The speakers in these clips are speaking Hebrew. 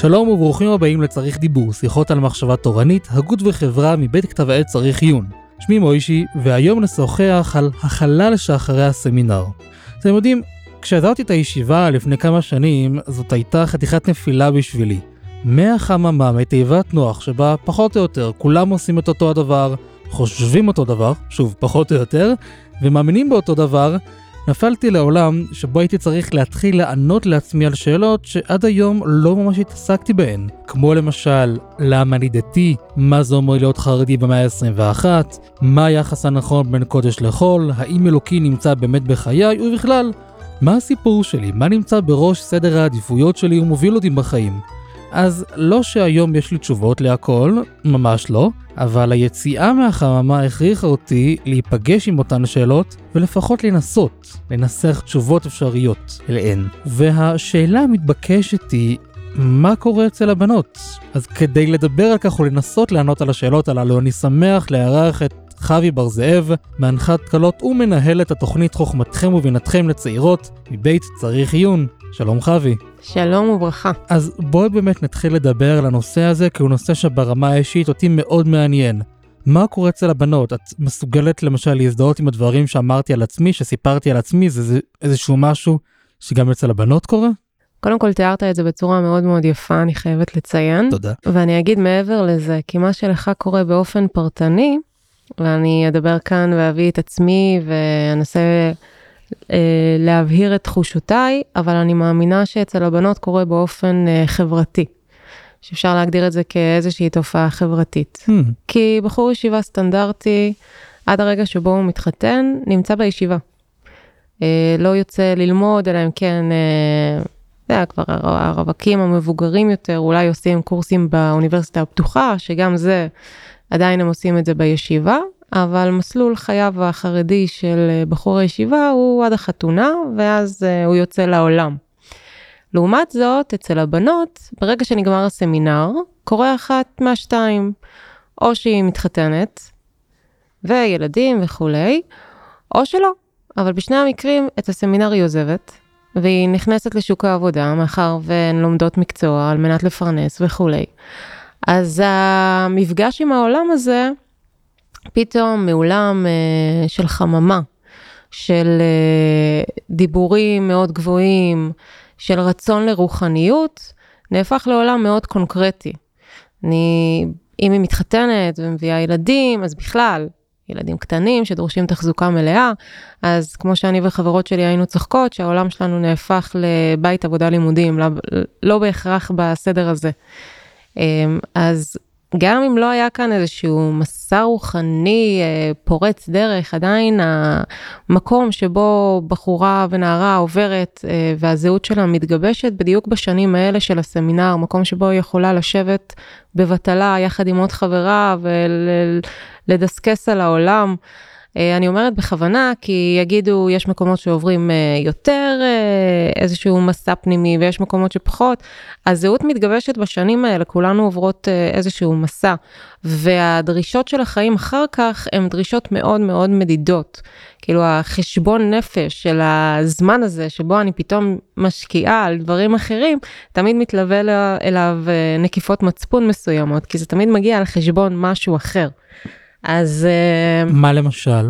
שלום וברוכים הבאים לצריך דיבור, שיחות על מחשבה תורנית, הגות וחברה מבית כתב העת צריך עיון. שמי מוישי, והיום נשוחח על החלל שאחרי הסמינר. אתם יודעים, כשעזרתי את הישיבה לפני כמה שנים, זאת הייתה חתיכת נפילה בשבילי. מהחממה, מתיבת נוח, שבה פחות או יותר כולם עושים את אותו הדבר, חושבים אותו דבר, שוב, פחות או יותר, ומאמינים באותו דבר, נפלתי לעולם שבו הייתי צריך להתחיל לענות לעצמי על שאלות שעד היום לא ממש התעסקתי בהן. כמו למשל, למה אני דתי? מה זה אומר להיות חרדי במאה ה-21? מה היחס הנכון בין קודש לחול? האם אלוקי נמצא באמת בחיי? ובכלל, מה הסיפור שלי? מה נמצא בראש סדר העדיפויות שלי ומוביל אותי בחיים? אז לא שהיום יש לי תשובות להכל, ממש לא, אבל היציאה מהחממה הכריחה אותי להיפגש עם אותן שאלות ולפחות לנסח תשובות אפשריות אליהן. והשאלה המתבקשת היא, מה קורה אצל הבנות? אז כדי לדבר על כך ולנסות לענות על השאלות הללו, אני שמח לארח את חווי בר זאב, מהנחת קלות ומנהלת התוכנית חוכמתכם ובינתכם לצעירות מבית צריך עיון. שלום חווי. שלום וברכה. אז בואי באמת נתחיל לדבר על הנושא הזה, כי הוא נושא שברמה האישית אותי מאוד מעניין. מה קורה אצל הבנות? את מסוגלת למשל להזדהות עם הדברים שאמרתי על עצמי, שסיפרתי על עצמי, זה איזשהו משהו שגם אצל הבנות קורה? קודם כל תיארת את זה בצורה מאוד מאוד יפה, אני חייבת לציין. תודה. ואני אגיד מעבר לזה, כי מה שלך קורה באופן פרטני, ואני אדבר כאן ואביא את עצמי ואנסה להבהיר את תחושותיי, אבל אני מאמינה שאצל הבנות קורה באופן חברתי. שאפשר להגדיר את זה כאיזושהי תופעה חברתית. כי בחור ישיבה סטנדרטי, עד הרגע שבו הוא מתחתן, נמצא בישיבה. לא יוצא ללמוד, אלא אם כן, כבר הרווקים המבוגרים יותר, אולי עושים קורסים באוניברסיטה הפתוחה, שגם זה, עדיין הם עושים את זה בישיבה, אבל מסלול חייו החרדי של בחור הישיבה הוא עד החתונה, ואז הוא יוצא לעולם. לעומת זאת, אצל הבנות, ברגע שנגמר הסמינר, קורה אחת מהשתיים, או שהיא מתחתנת, וילדים וכולי, או שלא. אבל בשני המקרים, את הסמינר היא עוזבת, והיא נכנסת לשוק העבודה, מאחר והן לומדות מקצוע על מנת לפרנס וכולי. אז המפגש עם העולם הזה, פתאום מעולם של חממה, של דיבורים מאוד גבוהים, של רצון לרוחניות, נהפך לעולם מאוד קונקרטי. אם היא מתחתנת ומביאה ילדים, אז בכלל, ילדים קטנים שדורשים תחזוקה מלאה, אז כמו שאני וחברות שלי היינו צוחקות, שהעולם שלנו נהפך לבית עבודה לימודים, לא בהכרח בסדר הזה. אז גם אם לא היה כאן איזשהו מסע רוחני פורץ דרך, עדיין המקום שבו בחורה ונערה עוברת והזהות שלה מתגבשת בדיוק בשנים האלה של הסמינר, מקום שבו היא יכולה לשבת בבטלה יחד עם עוד חברה ולדסקס על העולם. אני אומרת בכוונה, כי יגידו, יש מקומות שעוברים יותר איזשהו מסע פנימי, ויש מקומות שפחות. הזהות מתגבשת בשנים האלה, כולנו עוברות איזשהו מסע, והדרישות של החיים אחר כך, הן דרישות מאוד מאוד מדידות. כאילו, החשבון נפש של הזמן הזה, שבו אני פתאום משקיעה על דברים אחרים, תמיד מתלווה אליו נקיפות מצפון מסוימות, כי זה תמיד מגיע על חשבון משהו אחר. אז מה למשל?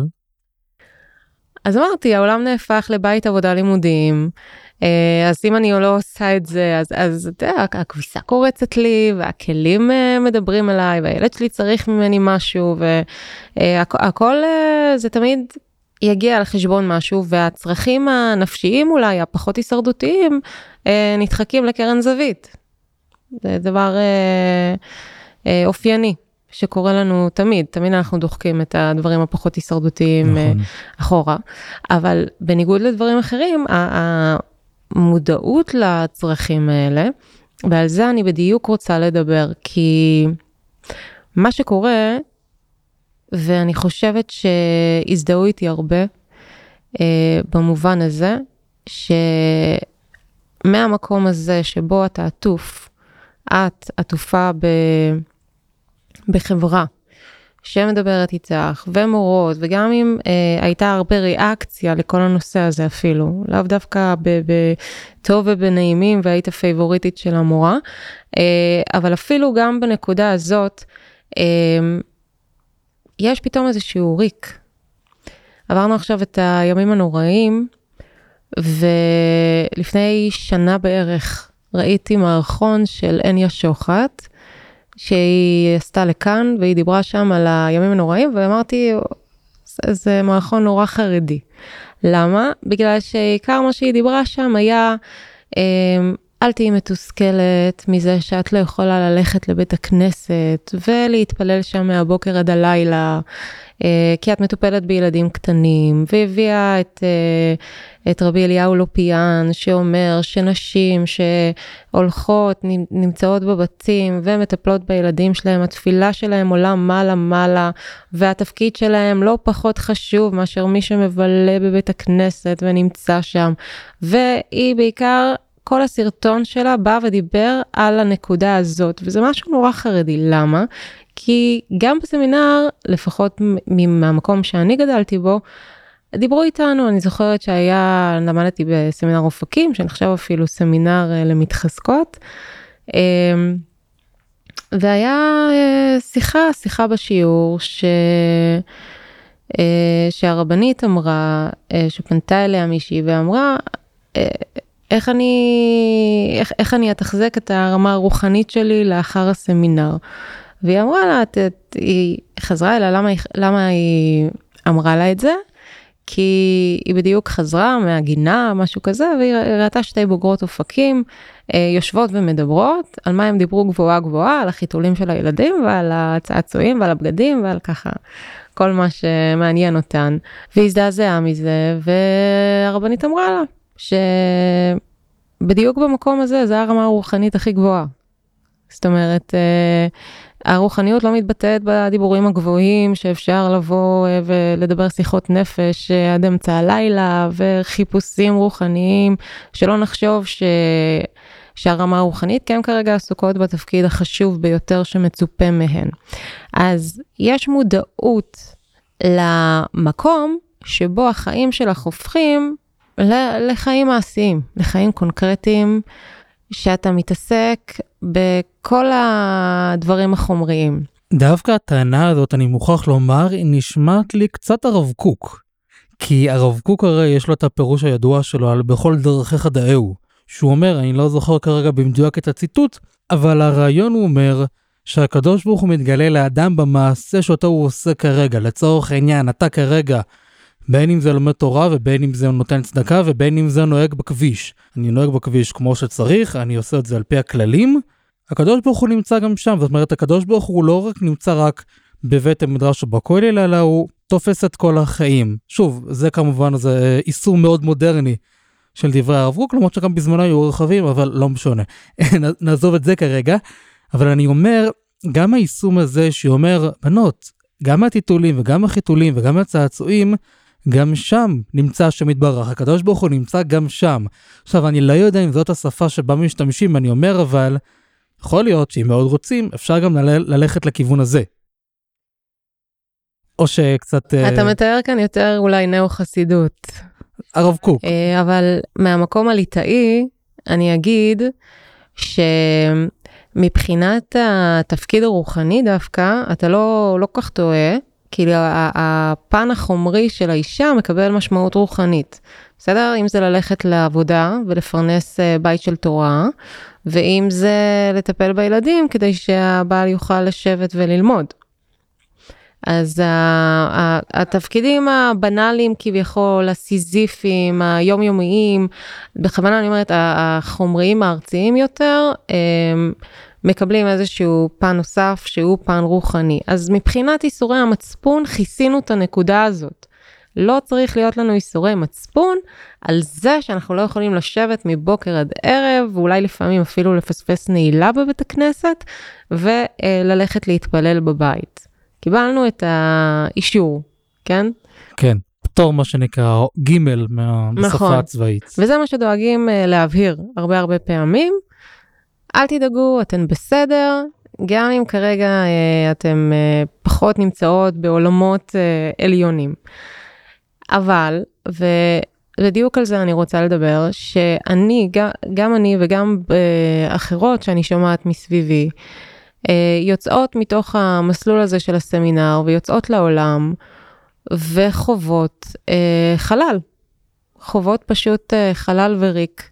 אז אמרתי, העולם נהפך לבית עבודה לימודים, אז אם אני לא עושה את זה, אז אתה יודע, הכביסה קורצת לי, והכלים מדברים אליי, והילד שלי צריך ממני משהו, והכל זה תמיד יגיע על חשבון משהו, והצרכים הנפשיים אולי, הפחות הישרדותיים, נדחקים לקרן זווית. זה דבר אופייני. שקורה לנו תמיד אנחנו דוחקים את הדברים הפחות הישרדותיים אחורה, אבל בניגוד לדברים אחרים, המודעות לצרכים האלה, ועל זה אני בדיוק רוצה לדבר, כי מה שקורה, ואני חושבת שהזדהו איתי הרבה, במובן הזה, שמהמקום הזה שבו אתה עטוף, את עטופה בחברה שמדברת איתך, ומורות, וגם אם הייתה הרבה ריאקציה לכל הנושא הזה אפילו, לאו דווקא בטוב ובנעימים, והיית פייבוריטית של המורה, אבל אפילו גם בנקודה הזאת, יש פתאום איזשהו ריק. עברנו עכשיו את הימים הנוראים, ולפני שנה בערך ראיתי מערכון של אניה שוחט, שהיא עשתה לכאן, והיא דיברה שם על הימים הנוראים, ואמרתי, זה מערכון נורא חרדי. למה? בגלל שעיקר מה שהיא דיברה שם היה, אל תהי מתוסכלת מזה שאת לא יכולה ללכת לבית הכנסת, ולהתפלל שם מהבוקר עד הלילה, כי את מטופלת בילדים קטנים, והביאה את רבי אליהו לופיאן, שאומר שנשים שהולכות, נמצאות בבתים, ומטפלות בילדים שלהם, התפילה שלהם עולה מעלה, והתפקיד שלהם לא פחות חשוב, מאשר מי שמבלה בבית הכנסת, ונמצא שם, והיא בעיקר, כל הסרטון שלה בא ודיבר על הנקודה הזאת, וזה משהו נורא חרדי. למה? כי גם בסמינר, לפחות מהמקום שאני גדלתי בו, דיברו איתנו, אני זוכרת למדתי בסמינר אופקים, שנחשב אפילו סמינר למתחזקות, והיה שיחה בשיעור, שהרבנית אמרה, שפנתה אליה מישהי ואמרה, איך אני אתחזק את הרמה הרוחנית שלי לאחר הסמינר. והיא אמרה לה, היא חזרה אליה, למה היא אמרה לה את זה? כי היא בדיוק חזרה מהגינה, משהו כזה, והיא ראתה שתי בוגרות אופקים, יושבות ומדברות, על מה הם דיברו גבוהה, על החיתולים של הילדים, ועל הצעצועים, ועל הבגדים, ועל ככה, כל מה שמעניין אותן. והיא הזדעזעה מזה, והרבנית אמרה לה, שבדיוק במקום הזה, זה הרמה הרוחנית הכי גבוהה. זאת אומרת, הרוחניות לא מתבטאת בדיבורים הגבוהים, שאפשר לבוא ולדבר שיחות נפש עד אמצע הלילה, וחיפושים רוחניים, שלא נחשוב שהרמה הרוחנית, כי הם כרגע עסוקות בתפקיד החשוב ביותר שמצופה מהן. אז יש מודעות למקום שבו החיים שלך הופכים לחיים מעשיים, לחיים קונקרטיים, שאתה מתעסק בכל הדברים החומריים. דווקא הטענה הזאת, אני מוכרח לומר, היא נשמעת לי קצת הרב קוק. כי הרב קוק הרי יש לו את הפירוש הידוע שלו על בכל דרכיך דאהו. שהוא אומר, אני לא זוכר כרגע במדויק את הציטוט, אבל הרעיון הוא אומר שהקדוש ברוך הוא מתגלה לאדם במעשה שאותו הוא עושה כרגע. לצורך העניין, אתה כרגע, בין אם זה לומד תורה ובין אם זה נותן צדקה ובין אם זה נוהג בכביש. אני נוהג בכביש כמו שצריך, אני עושה את זה על פי הכללים. הקדוש ברוך הוא נמצא גם שם, זאת אומרת, הקדוש ברוך הוא לא רק נמצא רק בבית המדרש או בכולל, אלא הוא תופס את כל החיים. שוב, זה כמובן, זה איסור מאוד מודרני של דברי הרב קוק, למרות שגם בזמנו היו רחבים, אבל לא משונה. נעזוב את זה כרגע, אבל אני אומר, גם היישום הזה שאומר, בנות, גם הטיטולים וגם החיתולים וגם הצעצועים, גם שם נמצא השם יתברך, הקדוש ברוך הוא נמצא גם שם. עכשיו, אני לא יודע אם זאת השפה שבה משתמשים, אני אומר, אבל יכול להיות שאם מאוד רוצים, אפשר גם ללכת לכיוון הזה. או שקצת... אתה מתאר כאן יותר אולי נאו-חסידות. הרב קוק. אבל מהמקום הליטאי, אני אגיד שמבחינת התפקיד הרוחני דווקא, אתה לא כך טועה, כי הפן החומרי של האישה מקבל משמעות רוחנית. בסדר? אם זה ללכת לעבודה ולפרנס בית של תורה, ואם זה לטפל בילדים כדי שהבעל יוכל לשבת וללמוד. אז התפקידים הבנאליים כביכול, הסיזיפיים, היומיומיים, בכוונה אני אומרת, החומריים הארציים יותר, מקבלים איזשהו פן נוסף שהוא פן רוחני. אז מבחינת איסורי המצפון, כיסינו את הנקודה הזאת. לא צריך להיות לנו איסורי מצפון על זה שאנחנו לא יכולים לשבת מבוקר עד ערב, ואולי לפעמים אפילו לפספס נעילה בבית הכנסת, וללכת להתפלל בבית. קיבלנו את האישור, כן? כן, פתור מה שנקרא ג' מהשפה הצבאית. וזה מה שדואגים להבהיר הרבה פעמים. אל תדאגו, אתן בסדר, גם אם כרגע אתם פחות נמצאות בעולמות עליונים. אבל, ובדיוק על זה אני רוצה לדבר, שאני, גם אני וגם אחרות שאני שומעת מסביבי, יוצאות מתוך המסלול הזה של הסמינר, ויוצאות לעולם, וחוות חלל. חוות פשוט חלל וריק.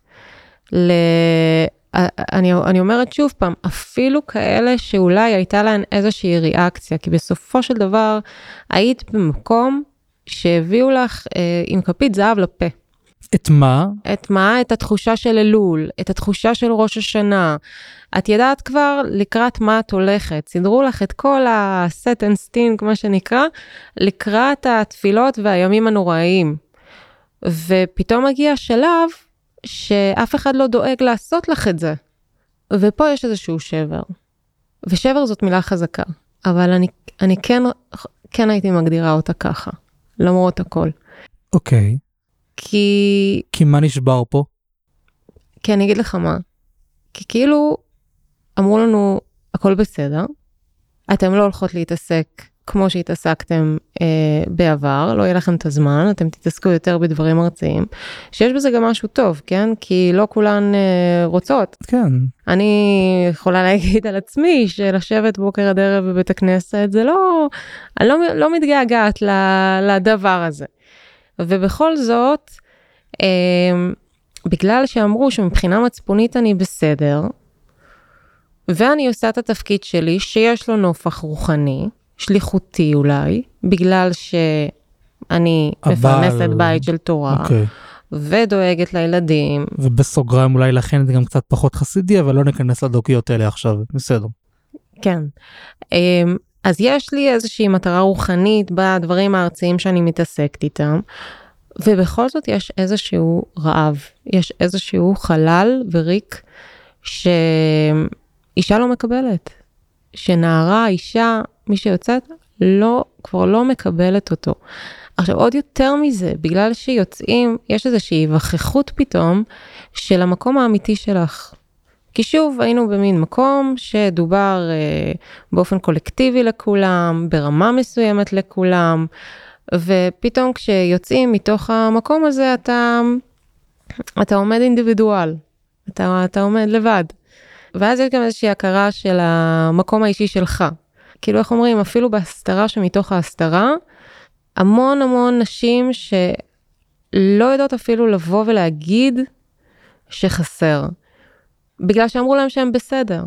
אני אומרת שוב פעם, אפילו כאלה שאולי הייתה להן איזושהי ריאקציה, כי בסופו של דבר היית במקום שהביאו לך עם כפית זהב לפה. את מה? את מה? את התחושה של אלול, את התחושה של ראש השנה. את ידעת כבר לקראת מה את הולכת. סידרו לך את כל הסט אנד סטינג, מה שנקרא, לקראת התפילות והימים הנוראיים. ופתאום מגיע שלב שאף אחד לא דואג לעשות לך את זה. ופה יש איזשהו שבר. ושבר זאת מילה חזקה. אבל אני כן הייתי מגדירה אותה ככה. למרות הכל. אוקיי. כי מה נשבר פה? כי אני אגיד לך מה. כי כאילו אמרו לנו הכל בסדר. אתם לא הולכות להתעסק כמו שהתעסקתם בעבר, לא יהיה לכם את הזמן, אתם תתעסקו יותר בדברים ארציים, שיש בזה גם משהו טוב, כן? כי לא כולן רוצות. כן. אני יכולה להגיד על עצמי, שלשבת בוקר עד ערב בבית הכנסת, זה לא, אני לא מתגעגעת לדבר הזה. ובכל זאת, בגלל שאמרו שמבחינה מצפונית אני בסדר, ואני עושה את התפקיד שלי, שיש לו נופח רוחני, שליחותי אולי, בגלל שאני מפרנסת בית של תורה, ודואגת לילדים. ובסוגריים אולי לכן זה גם קצת פחות חסידי, אבל לא ניכנס לדוקיות האלה עכשיו, בסדר. כן. אז יש לי איזושהי מטרה רוחנית בדברים הארציים שאני מתעסקת איתם, ובכל זאת יש איזשהו רעב, יש איזשהו חלל וריק, שאישה לא מקבלת. שנערה, אישה, מי שיוצאת, כבר לא מקבלת אותו. עכשיו, עוד יותר מזה, בגלל שיוצאים, יש איזושהי וכחות פתאום, של המקום האמיתי שלך. כי שוב, היינו במין מקום שדובר באופן קולקטיבי לכולם, ברמה מסוימת לכולם, ופתאום כשיוצאים מתוך המקום הזה, אתה עומד אינדיבידואל, אתה עומד לבד. ואז יש גם איזושהי הכרה של המקום האישי שלך. כאילו איך אומרים, אפילו בהסתרה שמתוך ההסתרה, המון המון נשים שלא יודעות אפילו לבוא ולהגיד שחסר. בגלל שאמרו להם שהם בסדר.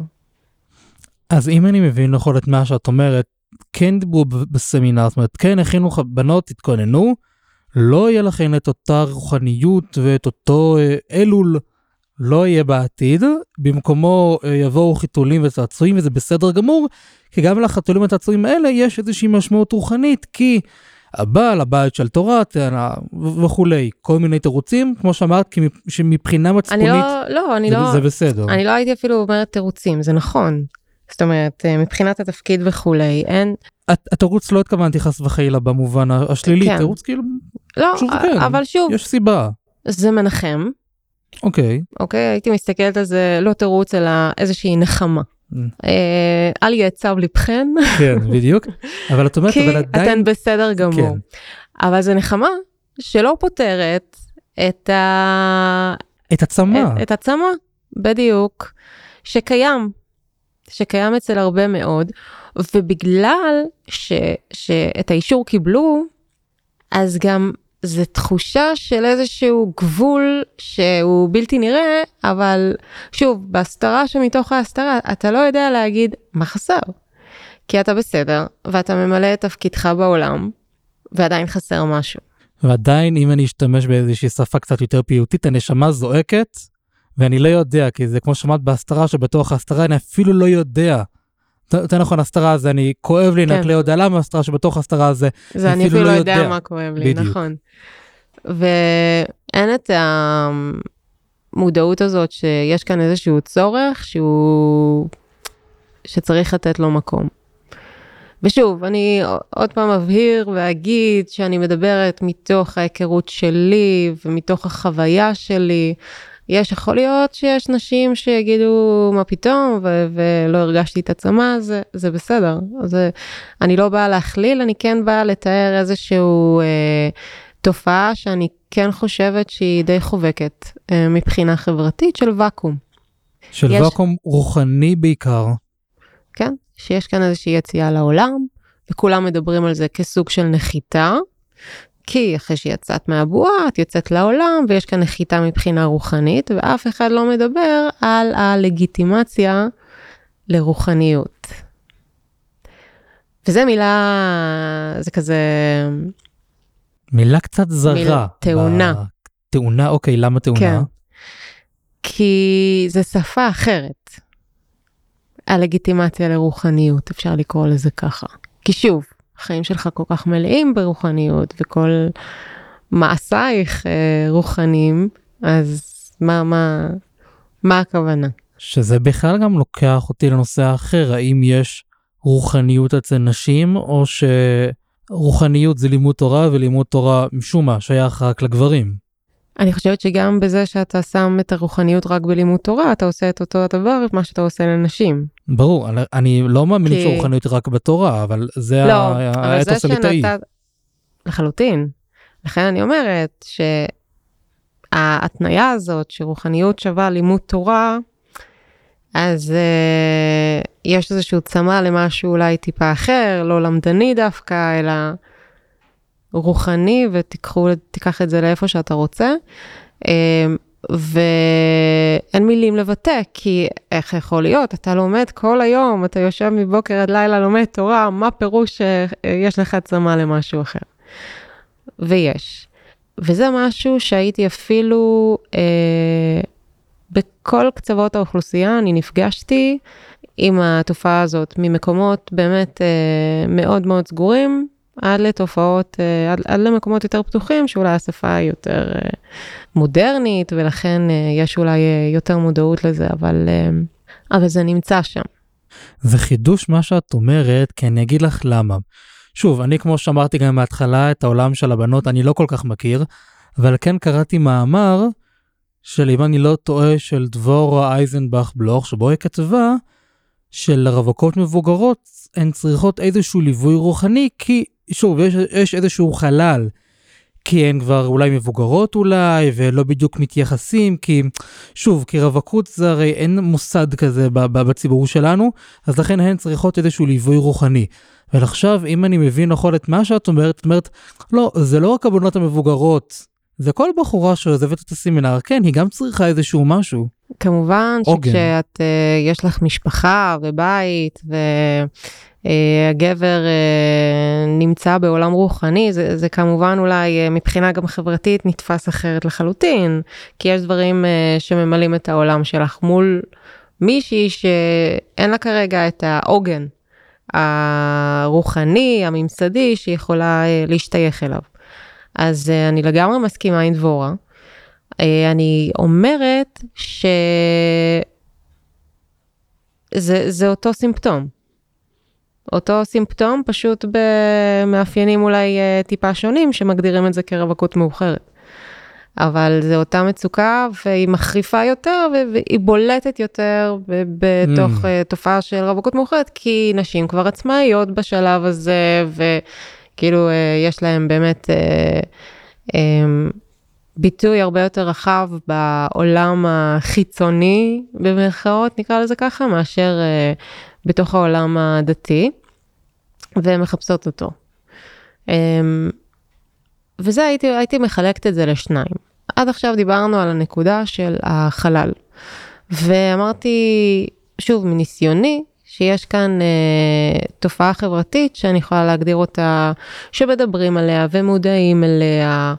אז אם אני מבין נכון את מה שאת אומרת, כן דיברו בסמינר, זאת אומרת, כן הכינו בנות, תתכוננו, לא יהיה לכם את אותה רוחניות ואת אותו אלול, לא יהיה בעתיד, במקומו יבואו חיתולים וצעצועים, וזה בסדר גמור, כי גם לחתולים וצעצועים האלה יש איזושהי משמעות רוחנית, כי הבעל, הבית של תורה, וכולי, כל מיני תירוצים, כמו שאמרת, שמבחינה מצפונית, זה בסדר. אני לא הייתי אפילו אומרת תירוצים, זה נכון. זאת אומרת, מבחינת התפקיד וכולי, אין... התירוץ לא התכוונתי חס וחלילה במובן השלילי, תירוץ כאילו... לא, אבל שוב... יש סיבה. זה מנחם. אוקיי, הייתי מסתכלת על זה לא תירוץ, אלא איזושהי נחמה. אל יעצב לבכן. כן, בדיוק. אבל את אומרת, אבל עדיין... כי אתן בסדר גמור. אבל זה נחמה שלא פותרת את הצמא. את הצמא, בדיוק, שקיים אצל הרבה מאוד, ובגלל שאת האישור קיבלו, אז גם זה תחושה של איזשהו גבול שהוא בלתי נראה, אבל שוב, בהסתרה שמתוך ההסתרה, אתה לא יודע להגיד מה חסר. כי אתה בסדר, ואתה ממלא את תפקידך בעולם, ועדיין חסר משהו. ועדיין, אם אני אשתמש באיזושהי שפה קצת יותר פיוטית, הנשמה זועקת, ואני לא יודע, כי זה כמו שמעת בהסתרה, שבתוך ההסתרה אני אפילו לא יודע. יותר נכון, ההסתרה הזה, אני כואב לי, אני לא יודע למה ההסתרה שבתוך ההסתרה הזה, זה אני אפילו לא יודע מה כואב לי, נכון. ואין את המודעות הזאת, שיש כאן איזשהו צורך, שצריך לתת לו מקום. ושוב, אני עוד פעם אבהיר ואגיד שאני מדברת מתוך ההיכרות שלי, ומתוך החוויה שלי, יכול להיות שיש נשים שיגידו מה פתאום, ולא הרגשתי את עצמה, זה בסדר. אני לא באה להכליל, אני כן באה לתאר איזשהו תופעה שאני כן חושבת שהיא די חובקת, מבחינה חברתית של וקום. של וקום רוחני בעיקר. כן, שיש כאן איזושהי יציאה לעולם, וכולם מדברים על זה כסוג של נחיתה, כי אחרי שיצאת מהבועה, את יוצאת לעולם, ויש כאן נחיתה מבחינה רוחנית, ואף אחד לא מדבר על הלגיטימציה לרוחניות. וזה מילה, זה כזה... מילה קצת זרה. מילה, תאונה. תאונה, אוקיי, למה תאונה? כן. כי זה שפה אחרת. הלגיטימציה לרוחניות, אפשר לקרוא לזה ככה. כי שוב, החיים שלך כל כך מלאים ברוחניות, וכל מעשייך רוחניים, אז מה הכוונה? שזה בכלל גם לוקח אותי לנושא אחר, האם יש רוחניות אצל נשים, או שרוחניות זה לימוד תורה, ולימוד תורה משום מה שייך רק לגברים. אני חושבת שגם בזה שאתה שם את הרוחניות רק בלימוד תורה, אתה עושה את אותו הדבר, מה שאתה עושה לנשים. ברור, אני לא מאמין שרוחניות רק בתורה, אבל זה האתוס הליטאי. לחלוטין. לכן אני אומרת שההתניה הזאת שרוחניות שווה לימוד תורה, אז יש איזשהו צמא למשהו אולי טיפה אחר, לא למדני דווקא, אלא רוחני, ותיקח את זה לאיפה שאתה רוצה. ואין מילים לבטא, כי איך יכול להיות? אתה לומד כל היום, אתה יושב מבוקר עד לילה, לומד תורה, מה פירוש שיש לך צמא למשהו אחר? ויש. וזה משהו שהייתי אפילו, בכל קצוות האוכלוסייה, אני נפגשתי עם התופעה הזאת, ממקומות באמת מאוד מאוד סגורים, עד לתופעות, עד למקומות יותר פתוחים, שאולי השפה היא יותר מודרנית, ולכן יש אולי יותר מודעות לזה, אבל זה נמצא שם. זה חידוש מה שאת אומרת, כי אני אגיד לך למה. שוב, אני כמו שאמרתי גם מההתחלה, את העולם של הבנות אני לא כל כך מכיר, אבל כן קראתי מאמר, של אם אני לא טועה, של דבורה אייזנבך בלוך, שבו היא כתבה, של רווקות מבוגרות, הן צריכות איזשהו ליווי רוחני, כי שוב, יש איזשהו חלל, כי הן כבר אולי מבוגרות אולי, ולא בדיוק מתייחסים, כי שוב, כי רווקות זה הרי אין מוסד כזה בציבור שלנו, אז לכן הן צריכות איזשהו ליווי רוחני. ועכשיו, אם אני מבין נכון את מה שאת אומרת, את אומרת, לא, זה לא רק הבנות המבוגרות, זה כל בחורה שעוזבת את הסמינר, כן, היא גם צריכה איזשהו משהו. כמובן שכשאת, יש לך משפחה ובית, והגבר נמצא בעולם רוחני, זה כמובן אולי מבחינה גם חברתית נתפס אחרת לחלוטין, כי יש דברים שממלאים את העולם שלך מול מישהי שאין לה כרגע את העוגן הרוחני, הממסדי, שיכולה להשתייך אליו. אז אני לגמרי מסכימה עם דבורה. אני אומרת שזה אותו סימפטום. אותו סימפטום פשוט במאפיינים אולי טיפה שונים שמגדירים את זה כרווקות מאוחרת. אבל זה אותה מצוקה והיא מחריפה יותר והיא בולטת יותר בתוך תופעה של רווקות מאוחרת, כי נשים כבר עצמאיות בשלב הזה וכאילו יש להם באמת ביטוי הרבה יותר רחב בעולם החיצוני במרכאות, נקרא לזה ככה, מאשר בתוך העולם הדתי, והן מחפשות אותו. וזה הייתי מחלקת את זה לשניים. עד עכשיו דיברנו על הנקודה של החלל. ואמרתי, שוב, מניסיוני, שיש כאן תופעה חברתית שאני יכולה להגדיר אותה, שמדברים עליה ומודעים אליה,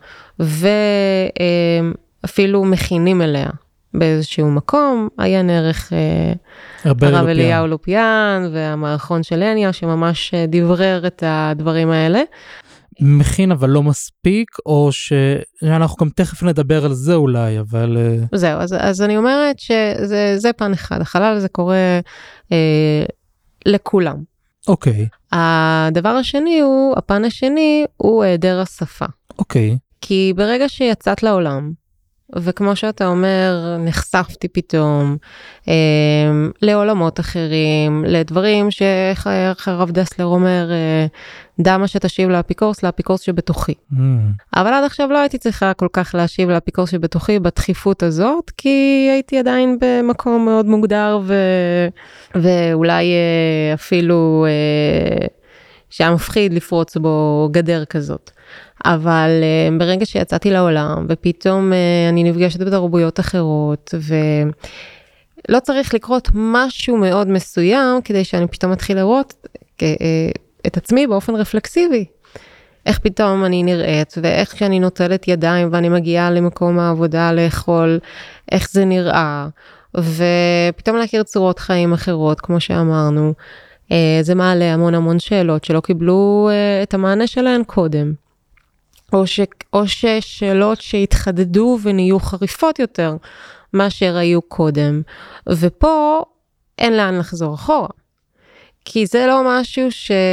ואפילו מכינים אליה באיזשהו מקום. היה נערך הרב אליהו לופיאן, והמערכון של הניה, שממש דברר את הדברים האלה. מכין אבל לא מספיק, או שאנחנו גם תכף נדבר על זה אולי, אבל... זהו, אז אני אומרת שזה פן אחד, החלל הזה קורה לכולם. אוקיי. הדבר השני הפן השני הוא היעדר השפה. אוקיי. כי ברגע שיצאת לעולם, וכמו שאתה אומר, נחשפתי פתאום לעולמות אחרים, לדברים שהרב דסלר אומר, דמה שתשיב לאפיקורס שבתוכי. אבל עד עכשיו לא הייתי צריכה כל כך להשיב לאפיקורס שבתוכי בדחיפות הזאת, כי הייתי עדיין במקום מאוד מוגדר, ואולי אפילו שהיה מפחיד לפרוץ בו גדר כזאת. אבל ברגע שיצאתי לעולם, ופתאום אני נפגשת בתרבויות אחרות, ולא צריך לקרות משהו מאוד מסוים, כדי שאני פתאום מתחיל לראות את עצמי באופן רפלקסיבי. איך פתאום אני נראית, ואיך שאני נוטלת ידיים, ואני מגיעה למקום העבודה לאכול, איך זה נראה, ופתאום להכיר צורות חיים אחרות, כמו שאמרנו. זה מעלה המון שאלות שלא קיבלו את המענה שלהן קודם. או ששאלות שהתחדדו ונהיו חריפות יותר מאשר היו קודם. ופה אין לאן לחזור אחורה. כי זה לא משהו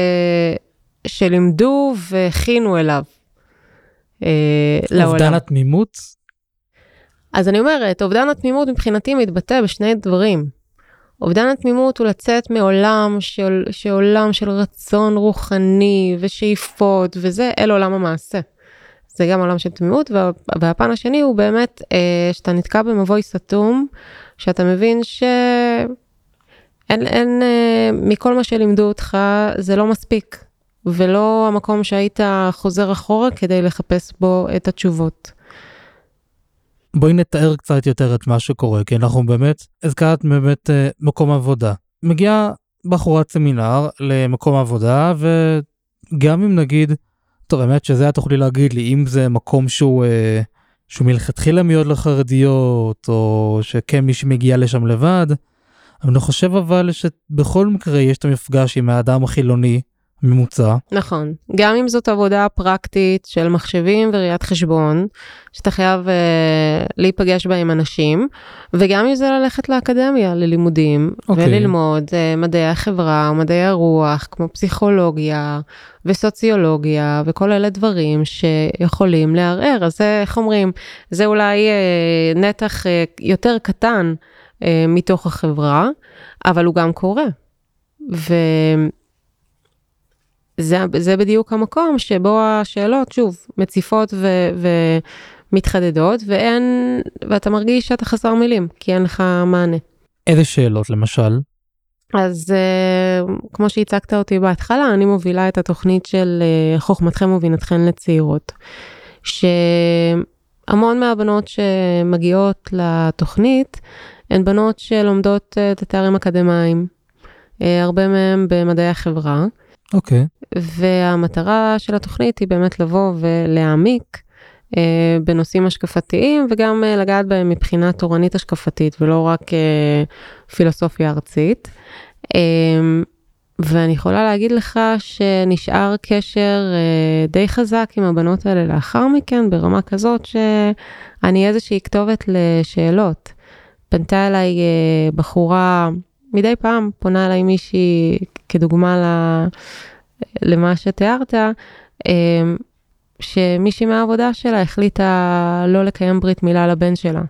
שלימדו והכינו אליו. אובדן התמימות? אז אני אומרת, אובדן התמימות מבחינתי מתבטא בשני דברים. אובדן התמימות הוא לצאת מעולם שעולם של רצון רוחני ושאיפות, וזה אל עולם המעשה. זה גם עולם של תמימות, והפן השני הוא באמת שאתה נתקע במבוי סתום, שאתה מבין אין מכל מה שלימדו אותך, זה לא מספיק, ולא המקום שהיית חוזר אחורה כדי לחפש בו את התשובות. בואי נתאר קצת יותר את מה שקורה, כי אנחנו באמת, הזכרת באמת מקום עבודה. מגיעה בחורת סמינר למקום עבודה, וגם אם נגיד, טוב, באמת שזה את תוכלי להגיד לי, אם זה מקום שהוא מלכתחילה מיועד לחרדיות, או שכן מי שמגיע לשם לבד, אבל אני חושב אבל שבכל מקרה יש את המפגש עם האדם החילוני, ממוצע. נכון. גם אם זאת עבודה פרקטית של מחשבים וראיית חשבון, שאתה חייב להיפגש בה עם אנשים, וגם אם זה ללכת לאקדמיה, ללימודים, וללמוד מדעי החברה ומדעי הרוח, כמו פסיכולוגיה וסוציולוגיה, וכל אלה דברים שיכולים לערער. אז זה, איך אומרים, זה אולי נתח יותר קטן מתוך החברה, אבל הוא גם קורה. זה בדיוק המקום שבו השאלות, שוב, מציפות ומתחדדות, ואתה מרגיש שאתה חסר מילים, כי אין לך מענה. איזה שאלות, למשל? אז כמו שהצגת אותי בהתחלה, אני מובילה את התוכנית של חוכמתכם ובינתכם לצעירות, שהמון מהבנות שמגיעות לתוכנית, הן בנות שלומדות את התארים אקדמיים, הרבה מהם במדעי החברה, אוקיי. והמטרה של התוכנית היא באמת לבוא ולהעמיק בנושאים השקפתיים, וגם לגעת בהם מבחינה תורנית השקפתית, ולא רק פילוסופיה ארצית. ואני יכולה להגיד לך שנשאר קשר די חזק עם הבנות האלה לאחר מכן, ברמה כזאת שאני איזושהי כתובת לשאלות. פנתה אליי בחורה, מדי פעם פונה אליי מישהי כדוגמה למה שתיארת, שמישהי מהעבודה שלה החליטה לא לקיים ברית מילה לבן שלה.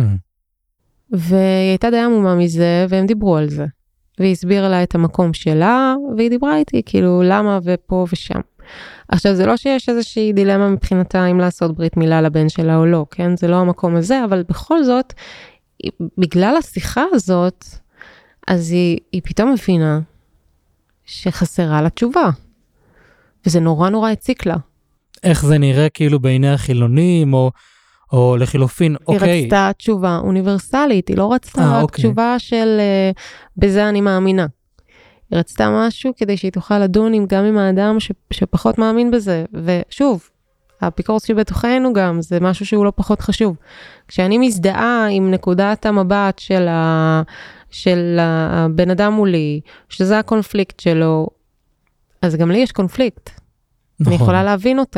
והיא הייתה די עמומה מזה, והם דיברו על זה. והיא הסבירה לה את המקום שלה, והיא דיברה איתי, כאילו, למה ופה ושם. עכשיו, זה לא שיש איזושהי דילמה מבחינתה אם לעשות ברית מילה לבן שלה או לא, כן? זה לא המקום הזה, אבל בכל זאת, בגלל השיחה הזאת, אז היא פתאום מבינה שחסרה לה תשובה. וזה נורא הציק לה. איך זה נראה כאילו בעיני החילונים, או לחילופין, אוקיי. היא רצתה תשובה אוניברסלית, היא לא רצתה רק תשובה של בזה אני מאמינה. היא רצתה משהו כדי שהיא תוכל לדון גם עם האדם שפחות מאמין בזה. ושוב, האפיקורס שבתוכנו גם, זה משהו שהוא לא פחות חשוב. כשאני מזדהה עם נקודת המבט של הבן אדם מולי, שזה הקונפליקט שלו, אז גם לי יש קונפליקט. נכון. אני יכולה להבין אותה.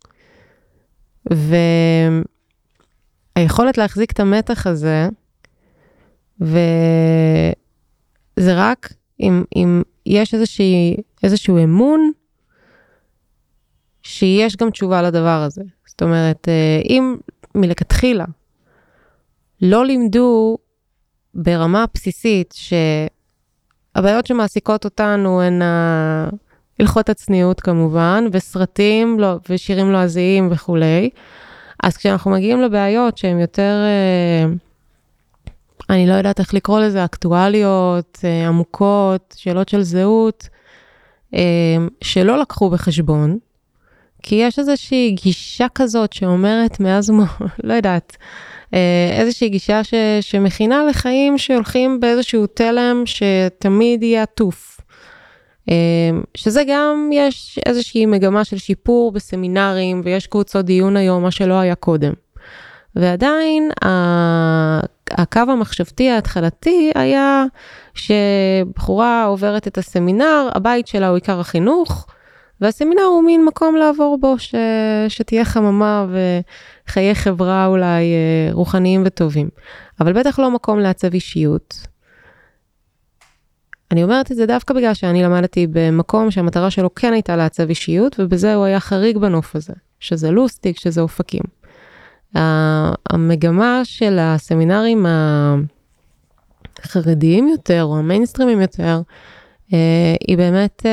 והיכולת להחזיק את המתח הזה, וזה רק אם יש איזשהו אמון, שיש גם תשובה לדבר הזה. זאת אומרת, אם מלכתחילה לא לימדו ברמה בסיסית שהבעיות שמעסיקות אותנו הן הלכות הצניעות כמובן, וסרטים ושירים לועזיים וכולי. אז כשאנחנו מגיעים לבעיות שהן יותר, אני לא יודעת איך לקרוא לזה, אקטואליות, עמוקות, שאלות של זהות, שלא לקחו בחשבון, כי יש איזושהי גישה כזאת שאומרת מאז, לא יודעת, איזושהי גישה שמכינה לחיים שהולכים באיזשהו תלם שתמיד יהיה עטוף. שזה גם יש איזושהי מגמה של שיפור בסמינרים, ויש קבוצות דיון היום, מה שלא היה קודם. ועדיין הקו המחשבתי ההתחלתי היה שבחורה עוברת את הסמינר, הבית שלה הוא עיקר החינוך, והסמינר הוא מין מקום לעבור בו, שתהיה חממה וחיי חברה אולי רוחניים וטובים. אבל בטח לא מקום לעצב אישיות. אני אומרת את זה דווקא בגלל שאני למדתי במקום שהמטרה שלו כן הייתה לעצב אישיות, ובזה הוא היה חריג בנוף הזה, שזה לוסטיק, שזה אופקים. המגמה של הסמינרים החרדיים יותר, או המיינסטרימים יותר, היא באמת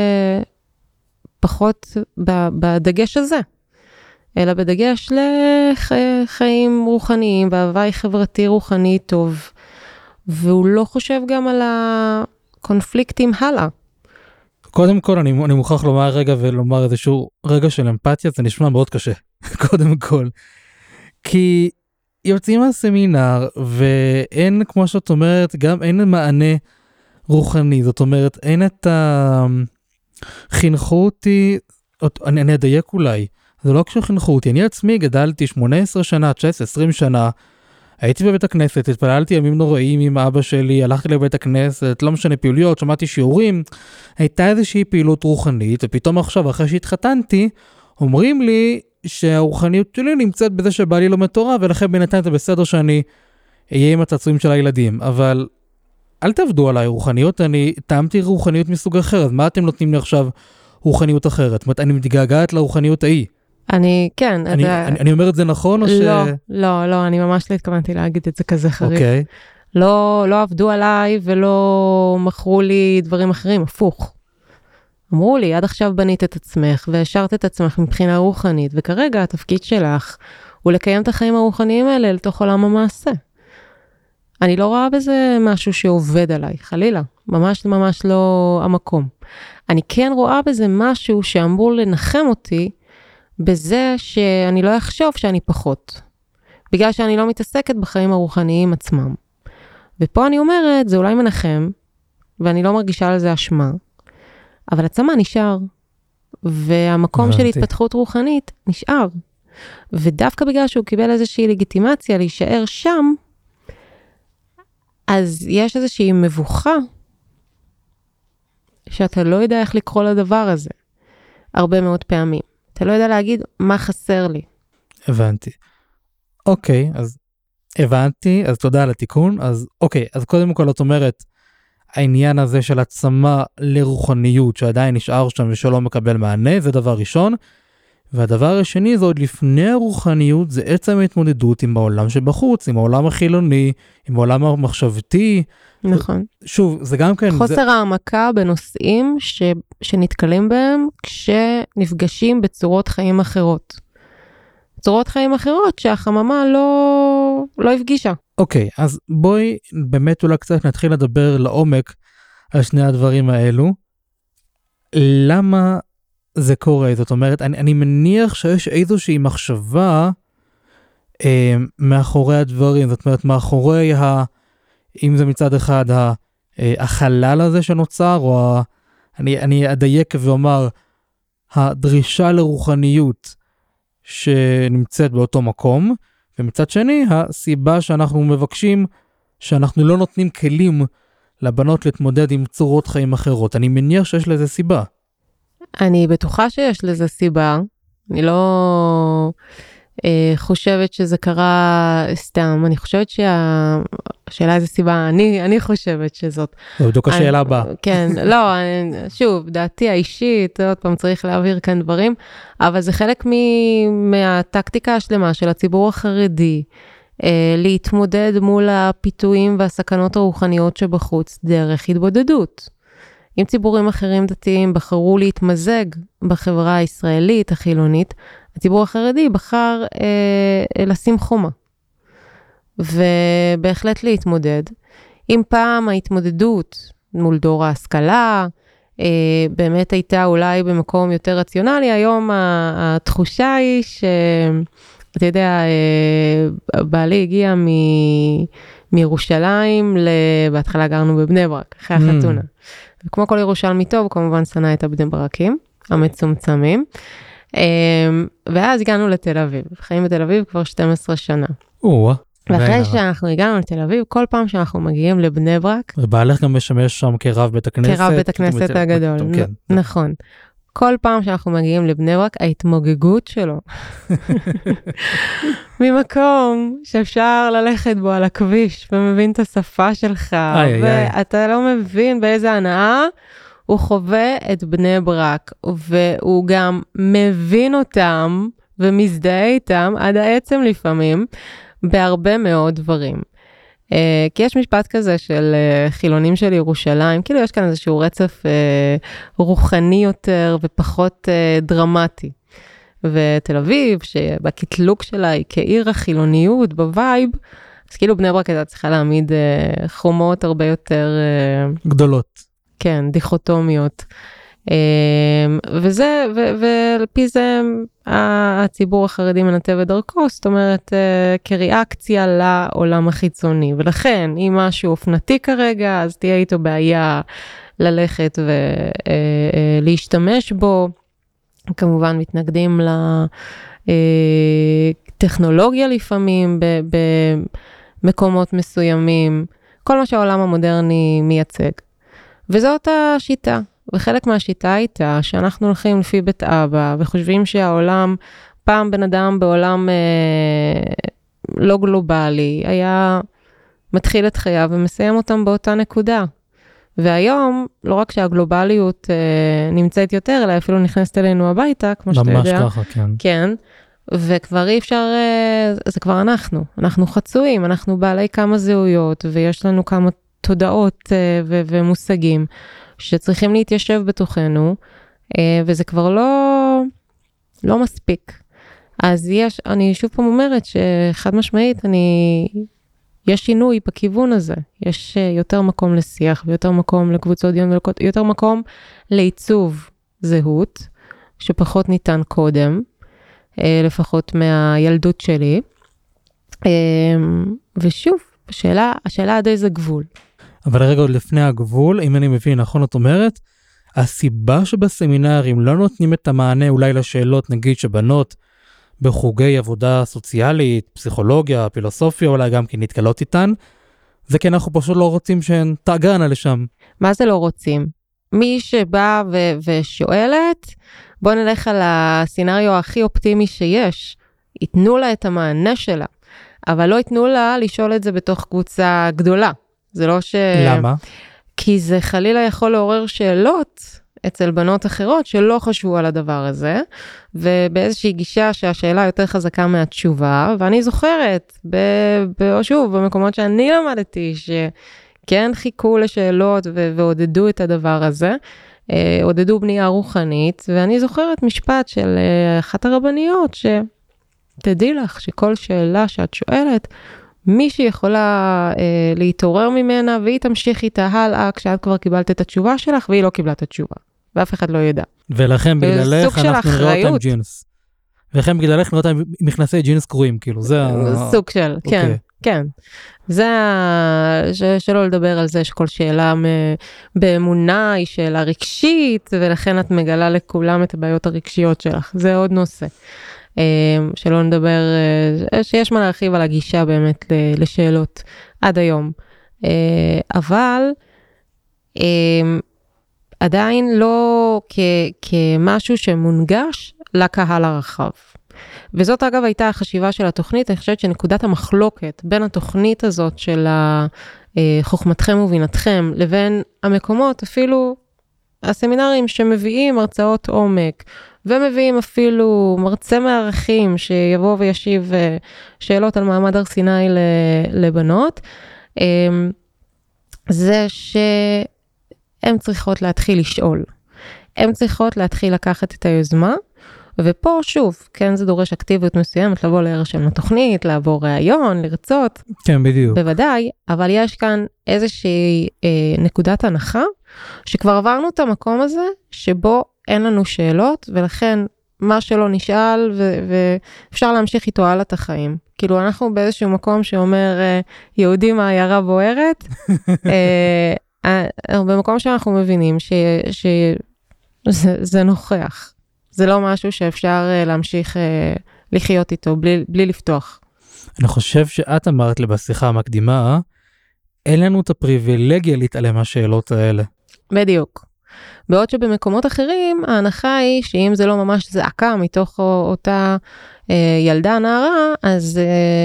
פחות בדגש הזה, אלא בדגש לחיים רוחניים, והווי חברתי רוחני טוב, והוא לא חושב גם על הקונפליקטים הלאה. קודם כל, אני מוכרח לומר רגע ולומר איזשהו רגע של אמפתיה, זה נשמע מאוד קשה, קודם כל. כי יוצאים מהסמינר, ואין, כמו שאת אומרת, גם אין מענה רוחני, זאת אומרת, אין את חינכו אותי, אני אדייק אולי, זה לא כשחינכו אותי, אני עצמי גדלתי 18 שנה, 19, 20 שנה, הייתי בבית הכנסת, התפללתי ימים נוראים עם אבא שלי, הלכתי לבית הכנסת, לא משנה פעילויות, שמעתי שיעורים, הייתה איזושהי פעילות רוחנית, ופתאום עכשיו, אחרי שהתחתנתי, אומרים לי שהרוחניות שלי נמצאת בזה שבא לי לומד תורה, ולכן בינתיים זה בסדר שאני אהיה עם הצעצועים של הילדים, אבל אל תעבדו עליי רוחניות, אני טעמתי רוחניות מסוג אחר, אז מה אתם נותנים לי עכשיו רוחניות אחרת? זאת אומרת, אני מתגעגעת לרוחניות ההיא. כן. אני אומר את זה נכון או ש... לא, אני ממש לא התכוונתי להגיד את זה כזה חריף. אוקיי. לא עבדו עליי ולא מכרו לי דברים אחרים, הפוך. אמרו לי, עד עכשיו בנית את עצמך והשארת את עצמך מבחינה רוחנית, וכרגע התפקיד שלך הוא לקיים את החיים הרוחניים האלה לתוך עולם המעשה. אני לא רואה בזה משהו שעובד עליי, חלילה, ממש לא המקום. אני כן רואה בזה משהו שאמור לנחם אותי, בזה שאני לא אחשוב שאני פחות, בגלל שאני לא מתעסקת בחיים הרוחניים עצמם. ופה אני אומרת, זה אולי מנחם, ואני לא מרגישה על זה אשמה, אבל הצמא נשאר, והמקום של התפתחות רוחנית נשאר. ודווקא בגלל שהוא קיבל איזושהי לגיטימציה להישאר שם, אז יש איזושהי מבוכה, שאתה לא יודע איך לקרוא לדבר הזה, הרבה מאוד פעמים. אתה לא יודע להגיד מה חסר לי. הבנתי. אוקיי, אז הבנתי, אז תודה על התיקון. אז אוקיי, אז קודם כל את אומרת, העניין הזה של הצמא לרוחניות שעדיין נשאר שם ושלא מקבל מענה, זה דבר ראשון. והדבר השני זה עוד לפני הרוחניות, זה עצם ההתמודדות עם העולם שבחוץ, עם העולם החילוני, עם העולם המחשבתי. נכון. שוב, זה גם כן... חוסר העמקה בנושאים שנתקלים בהם כשנפגשים בצורות חיים אחרות. צורות חיים אחרות שהחממה לא הפגישה. אוקיי, אז בואי באמת אולי קצת נתחיל לדבר לעומק על שני הדברים האלו. למה זה קורה? זאת אומרת, אני מניח שיש איזושהי מחשבה מאחורי הדברים, זאת אומרת, מאחורי אם זה מצד אחד החלל הזה שנוצר, או אני אדייק ואומר, הדרישה לרוחניות שנמצאת באותו מקום, ומצד שני, הסיבה שאנחנו מבקשים, שאנחנו לא נותנים כלים לבנות להתמודד עם צורות חיים אחרות. אני מניח שיש לזה סיבה. אני בטוחה שיש לזה סיבה. אני לא חושבת שזה קרה סתם. אני חושבת השאלה איזה סיבה, אני חושבת שזאת. זה בדיוק השאלה הבאה. כן, לא, שוב, דעתי האישית, עוד פעם צריך להעביר כאן דברים, אבל זה חלק מהטקטיקה השלמה של הציבור החרדי, להתמודד מול הפיתויים והסכנות הרוחניות שבחוץ דרך התבודדות. אם ציבורים אחרים דתיים בחרו להתמזג בחברה הישראלית החילונית, הציבור החרדי בחר לשים חומה. ובהחלט להתמודד. אם פעם ההתמודדות מול דור ההשכלה, באמת הייתה אולי במקום יותר רציונלי, היום התחושה היא אתה יודע, בעלי הגיע מירושלים, בהתחלה גרנו בבני ברק, אחרי החתונה. וכמו כל ירושלמי טוב, הוא כמובן שנא את הבני ברקים, המצומצמים. ואז הגענו לתל אביב, חיים בתל אביב כבר 12 שנה. ואחרי שאנחנו הגענו לתל אביב, כל פעם שאנחנו מגיעים לבני ברק... ובעלך גם משמש שם כרב בית הכנסת. כרב בית הכנסת הגדול, נכון. כל פעם שאנחנו מגיעים לבני ברק, ההתמוגגות שלו, ממקום שאפשר ללכת בו על הכביש, ומבין את השפה שלך, ואתה לא מבין באיזה הנאה, הוא חווה את בני ברק, והוא גם מבין אותם, ומזדהה איתם, עד העצם לפעמים, בהרבה מאוד דברים. כי יש משפט כזה של חילונים של ירושלים, כאילו יש כאן איזשהו רצף רוחני יותר ופחות דרמטי. ותל אביב, שבקטלוק שלה היא כעיר החילוניות, בווייב, אז כאילו בני ברק הייתה צריכה להעמיד חומות הרבה יותר... גדולות. כן, דיכוטומיות. וזה, ולפי זה הציבור החרדי מנתב את דרכו, זאת אומרת, כריאקציה לעולם החיצוני. ולכן, אם משהו אופנתי כרגע, אז תהיה איתו בעיה ללכת ולהשתמש בו. כמובן, מתנגדים לטכנולוגיה לפעמים, במקומות מסוימים. כל מה שהעולם המודרני מייצג. וזאת השיטה. וחלק מהשיטה הייתה שאנחנו הולכים לפי בית אבא, וחושבים שהעולם, פעם בן אדם בעולם לא גלובלי, היה מתחיל את חייו ומסיים אותם באותה נקודה. והיום, לא רק שהגלובליות נמצאת יותר, אלא אפילו נכנסת אלינו הביתה, כמו שאתה יודע. ממש ככה, כן. כן, וכבר אי אפשר, זה כבר אנחנו חצויים, אנחנו בעלי כמה זהויות, ויש לנו כמה תודעות ומושגים, שצריכים להתיישב בתוכנו, וזה כבר לא מספיק. אז אני שוב פעם אומרת שחד משמעית, יש שינוי בכיוון הזה. יש יותר מקום לשיח, ויותר מקום לקבוצות דיון, ויותר מקום לעיצוב זהות, שפחות ניתן קודם, לפחות מהילדות שלי. ושוב, השאלה עד איזה גבול. אבל רגע עוד לפני הגבול, אם אני מבין נכון, את אומרת, הסיבה שבסמינרים לא נותנים את המענה אולי לשאלות, נגיד שבנות בחוגי עבודה סוציאלית, פסיכולוגיה, פילוסופיה, אולי גם כי נתקלות איתן, זה כי אנחנו פשוט לא רוצים שהן תאגרנה לשם. מה זה לא רוצים? מי שבא ושואלת, בוא נלך על הסצנריו הכי אופטימי שיש, ייתנו לה את המענה שלה, אבל לא ייתנו לה לשאול את זה בתוך קבוצה גדולה. זה לא למה? כי זה חלילה יכול לעורר שאלות אצל בנות אחרות שלא חשבו על הדבר הזה, ובאיזושהי גישה שהשאלה יותר חזקה מהתשובה, ואני זוכרת, שוב, במקומות שאני למדתי, שכן חיכו לשאלות ועודדו את הדבר הזה, עודדו בנייה רוחנית, ואני זוכרת משפט של אחת הרבניות, שתדעי לך שכל שאלה שאת שואלת, מישהי יכולה להתעורר ממנה, והיא תמשיך איתה הלאה, כשאת כבר קיבלת את התשובה שלך, והיא לא קיבלה את התשובה. ואף אחד לא ידע. ולכן בגללך אנחנו נראה אותם ג'ינס. ולכן בגללך נראה אותם מכנסי ג'ינס קרועים, כאילו, זה סוג של, כן, כן. זה שלא לדבר על זה שכל שאלה באמונה היא שאלה רגשית, ולכן את מגלה לכולם את הבעיות הרגשיות שלך. זה עוד נושא. שלא נדבר, שיש מה להרחיב על הגישה באמת לשאלות עד היום. אבל עדיין לא כמשהו שמונגש לקהל הרחב. וזאת אגב הייתה החשיבה של התוכנית, אני חושבת שנקודת המחלוקת בין התוכנית הזאת של חוכמתכם ובינתכם, לבין המקומות אפילו הסמינרים שמביאים הרצאות עומק, ומביאים אפילו מרצה מערכים שיבוא וישיב שאלות על מעמד הר סיני לבנות, זה שהן צריכות להתחיל לשאול. הן צריכות להתחיל לקחת את היוזמה, ופה שוב, כן, זה דורש אקטיביות מסוימת, לבוא להירשם לתוכנית, לעבור ראיון, לרצות. כן, בדיוק. בוודאי, אבל יש כאן איזושהי נקודת הנחה, שכבר עברנו את המקום הזה, שבו אין לנו שאלות, ולכן מה שלא נשאל, ואפשר להמשיך איתו הלאה את החיים. כאילו אנחנו באיזשהו מקום שאומר, יהודים העיירה בוערת, במקום שאנחנו מבינים שזה נוכח. זה לא משהו שאפשר להמשיך לחיות איתו בלי לפתוח. אני חושב שאת אמרת לי בשיחה המקדימה, אין לנו את הפריבילגיה להתעלם מהשאלות האלה. בדיוק. בעוד שבמקומות אחרים, ההנחה היא שאם זה לא ממש זעקה מתוך אותה ילדה נערה, אז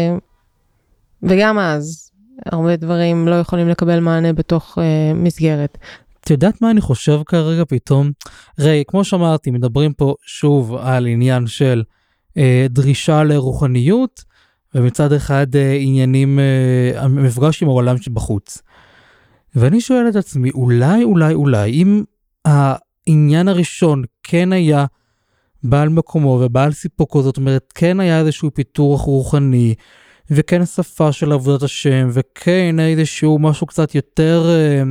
וגם אז הרבה דברים לא יכולים לקבל מענה בתוך מסגרת. את יודעת מה אני חושב כרגע פתאום? ראי, כמו שאמרתי, מדברים פה שוב על עניין של דרישה לרוחניות, ומצד אחד עניינים, המפגש עם העולם שבחוץ. ואני שואל את עצמי, אולי, אם העניין הראשון כן היה בעל מקומו ובעל סיפוקו, זאת אומרת, כן היה איזשהו פיתוח רוחני, וכן שפה של עבודת השם, וכן איזשהו משהו קצת יותר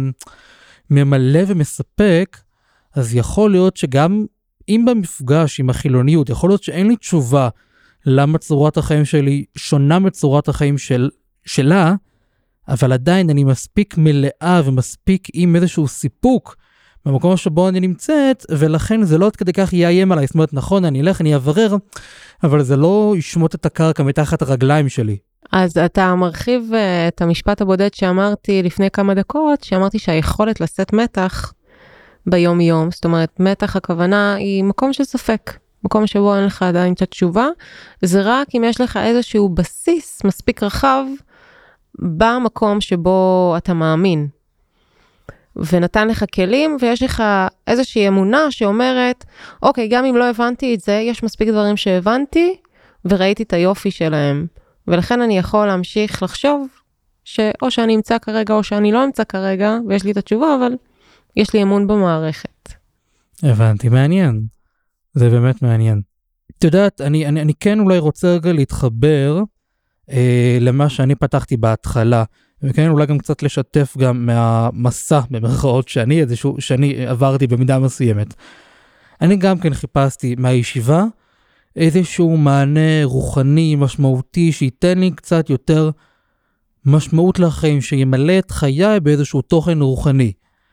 ממלא ומספק, אז יכול להיות שגם אם במפגש עם החילוניות, יכול להיות שאין לי תשובה למה צורת החיים שלי שונה מצורת החיים שלה, אבל עדיין אני מספיק מלאה ומספיק עם איזשהו סיפוק במקום שבו אני נמצאת, ולכן זה לא עד כדי כך יאיים עליי. זאת אומרת, נכון, אני אלך, אני אברר, אבל זה לא ישמוט את הקרקע מתחת הרגליים שלי. אז אתה מרחיב את המשפט הבודד שאמרתי לפני כמה דקות, שאמרתי שהיכולת לשאת מתח ביום יום, זאת אומרת, מתח הכוונה היא מקום של ספק, מקום שבו אין לך עדיין את התשובה, זה רק אם יש לך איזשהו בסיס מספיק רחב, במקום שבו אתה מאמין, ונתן לך כלים, ויש לך איזושהי אמונה שאומרת, אוקיי, גם אם לא הבנתי את זה, יש מספיק דברים שהבנתי, וראיתי את היופי שלהם. ולכן אני יכול להמשיך לחשוב, שאו שאני אמצא כרגע, או שאני לא אמצא כרגע, ויש לי את התשובה, אבל יש לי אמון במערכת. הבנתי, מעניין. זה באמת מעניין. את יודעת, אני כן אולי רוצה רגע להתחבר, למה שאני פתחתי בהתחלה, וכן אולי גם קצת לשתף גם מהמסע במרכאות שאני עברתי במידה מסוימת. אני גם כן חיפשתי מהישיבה איזשהו מענה רוחני משמעותי שייתן לי קצת יותר משמעות לחיים, שימלא את חיי באיזשהו תוכן רוחני.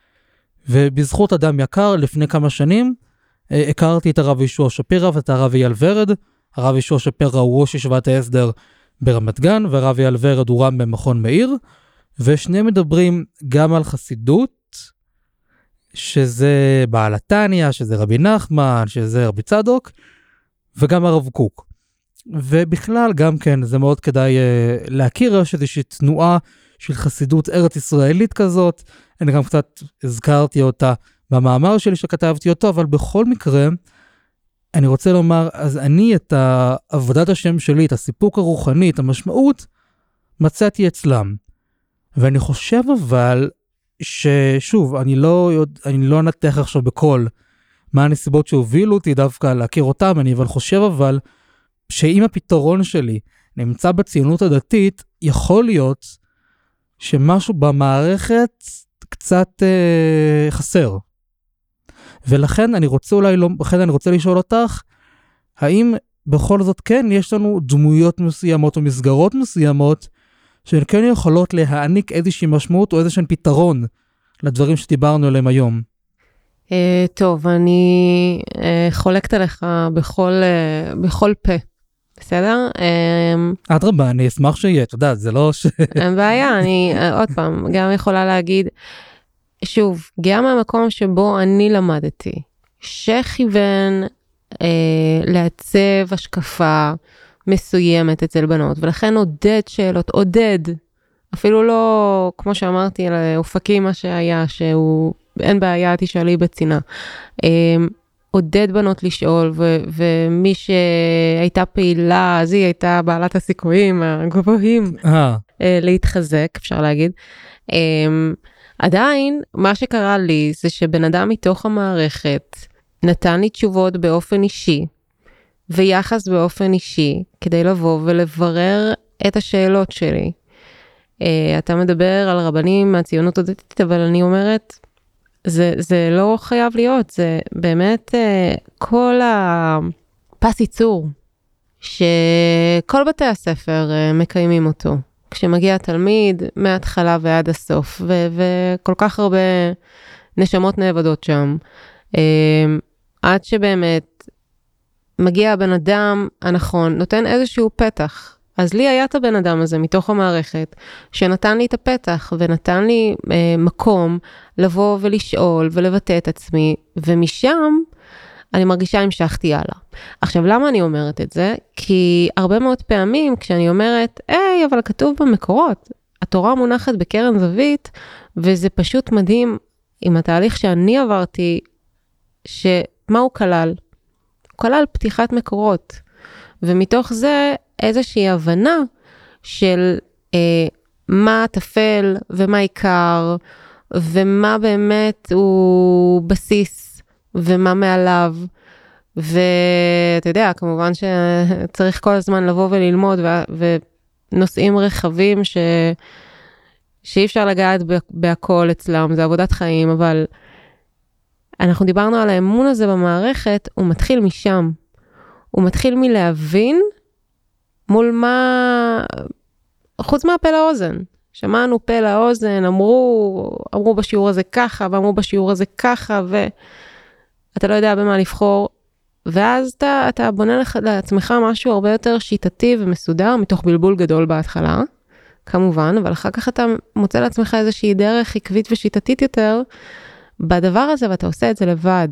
ובזכות אדם יקר לפני כמה שנים הכרתי את הרב ישוע שפירא ואת הרב אייל ורד. הרב ישוע שפירא הוא ראש ישיבת ההסדר ברמת גן, והרב אייל ורד הוא רם במכון מאיר, ושניהם מדברים גם על חסידות, שזה בעל התניא, שזה רבי נחמן, שזה רבי צדוק, וגם הרב קוק. ובכלל גם כן, זה מאוד כדאי להכיר, יש איזושהי תנועה של חסידות ארץ ישראלית כזאת, אני גם קצת הזכרתי אותה במאמר שלי שכתבתי אותו, אבל בכל מקרה, אני רוצה לומר, אז אני את עבודת השם שלי, את הסיפוק הרוחני, את המשמעות, מצאתי אצלם. ואני חושב אבל, ששוב, אני לא אנתח עכשיו בכל מה הנסיבות שהובילו אותי דווקא להכיר אותם, אני אבל חושב אבל, שאם הפתרון שלי נמצא בציונות הדתית, יכול להיות שמשהו במערכת קצת חסר. ולכן אני רוצה לשאול אותך, האם בכל זאת כן יש לנו דמויות מסוימות או מסגרות מסוימות, שהן כן יכולות להעניק איזושהי משמעות או איזשהו פתרון לדברים שדיברנו עליהם היום? טוב, אני חולקת עליך בכל פה, בסדר? אדרבה, אני אשמח שיהיה, אתה יודע, זה לא אין בעיה, אני עוד פעם גם יכולה להגיד, שוב, גם מהמקום שבו אני למדתי, שכיוון לעצב השקפה מסוימת אצל בנות, ולכן עודד, אפילו לא, כמו שאמרתי, על אופקים מה שהיה, שהוא אין בעיה, תשאלי בצינה. עודד בנות לשאול, ומי שהייתה פעילה, אז היא הייתה בעלת הסיכויים הגבוהים להתחזק, אפשר להגיד. עדיין, מה שקרה לי זה שבן אדם מתוך המערכת נתן לי תשובות באופן אישי, ויחס באופן אישי, כדי לבוא ולברר את השאלות שלי. אתה מדבר על רבנים מהציונות הדתית, אבל אני אומרת, זה לא חייב להיות, זה באמת כל הפס ייצור, שכל בתי הספר מקיימים אותו. כשמגיע תלמיד, מההתחלה ועד הסוף, וכל כך הרבה נשמות נאבדות שם, עד שבאמת מגיע הבן אדם הנכון, נותן איזשהו פתח. אז לי היה את הבן אדם הזה מתוך המערכת, שנתן לי את הפתח, ונתן לי מקום לבוא ולשאול ולבטא את עצמי, ומשם אני מרגישה המשכתי הלאה. עכשיו, למה אני אומרת את זה? כי הרבה מאוד פעמים כשאני אומרת, אבל כתוב במקורות, התורה מונחת בקרן זווית, וזה פשוט מדהים עם התהליך שאני עברתי, שמה הוא כלל? הוא כלל פתיחת מקורות, ומתוך זה איזושהי הבנה של מה תפל ומה עיקר, ומה באמת הוא בסיס, ומה מעליו. ואתה יודע, כמובן שצריך כל הזמן לבוא וללמוד, ונושאים רחבים שאי אפשר לגעת בהכל אצלם, זה עבודת חיים, אבל אנחנו דיברנו על האמון הזה במערכת, הוא מתחיל משם. הוא מתחיל מלהבין מול מה, חוץ מהפה לאוזן. שמענו פה לאוזן, אמרו בשיעור הזה ככה, ואמרו בשיעור הזה ככה, ואתה לא יודע במה לבחור. ואז אתה בונה לעצמך משהו הרבה יותר שיטתי ומסודר, מתוך בלבול גדול בהתחלה, כמובן, אבל אחר כך אתה מוצא לעצמך איזושהי דרך עקבית ושיטתית יותר, בדבר הזה, ואתה עושה את זה לבד.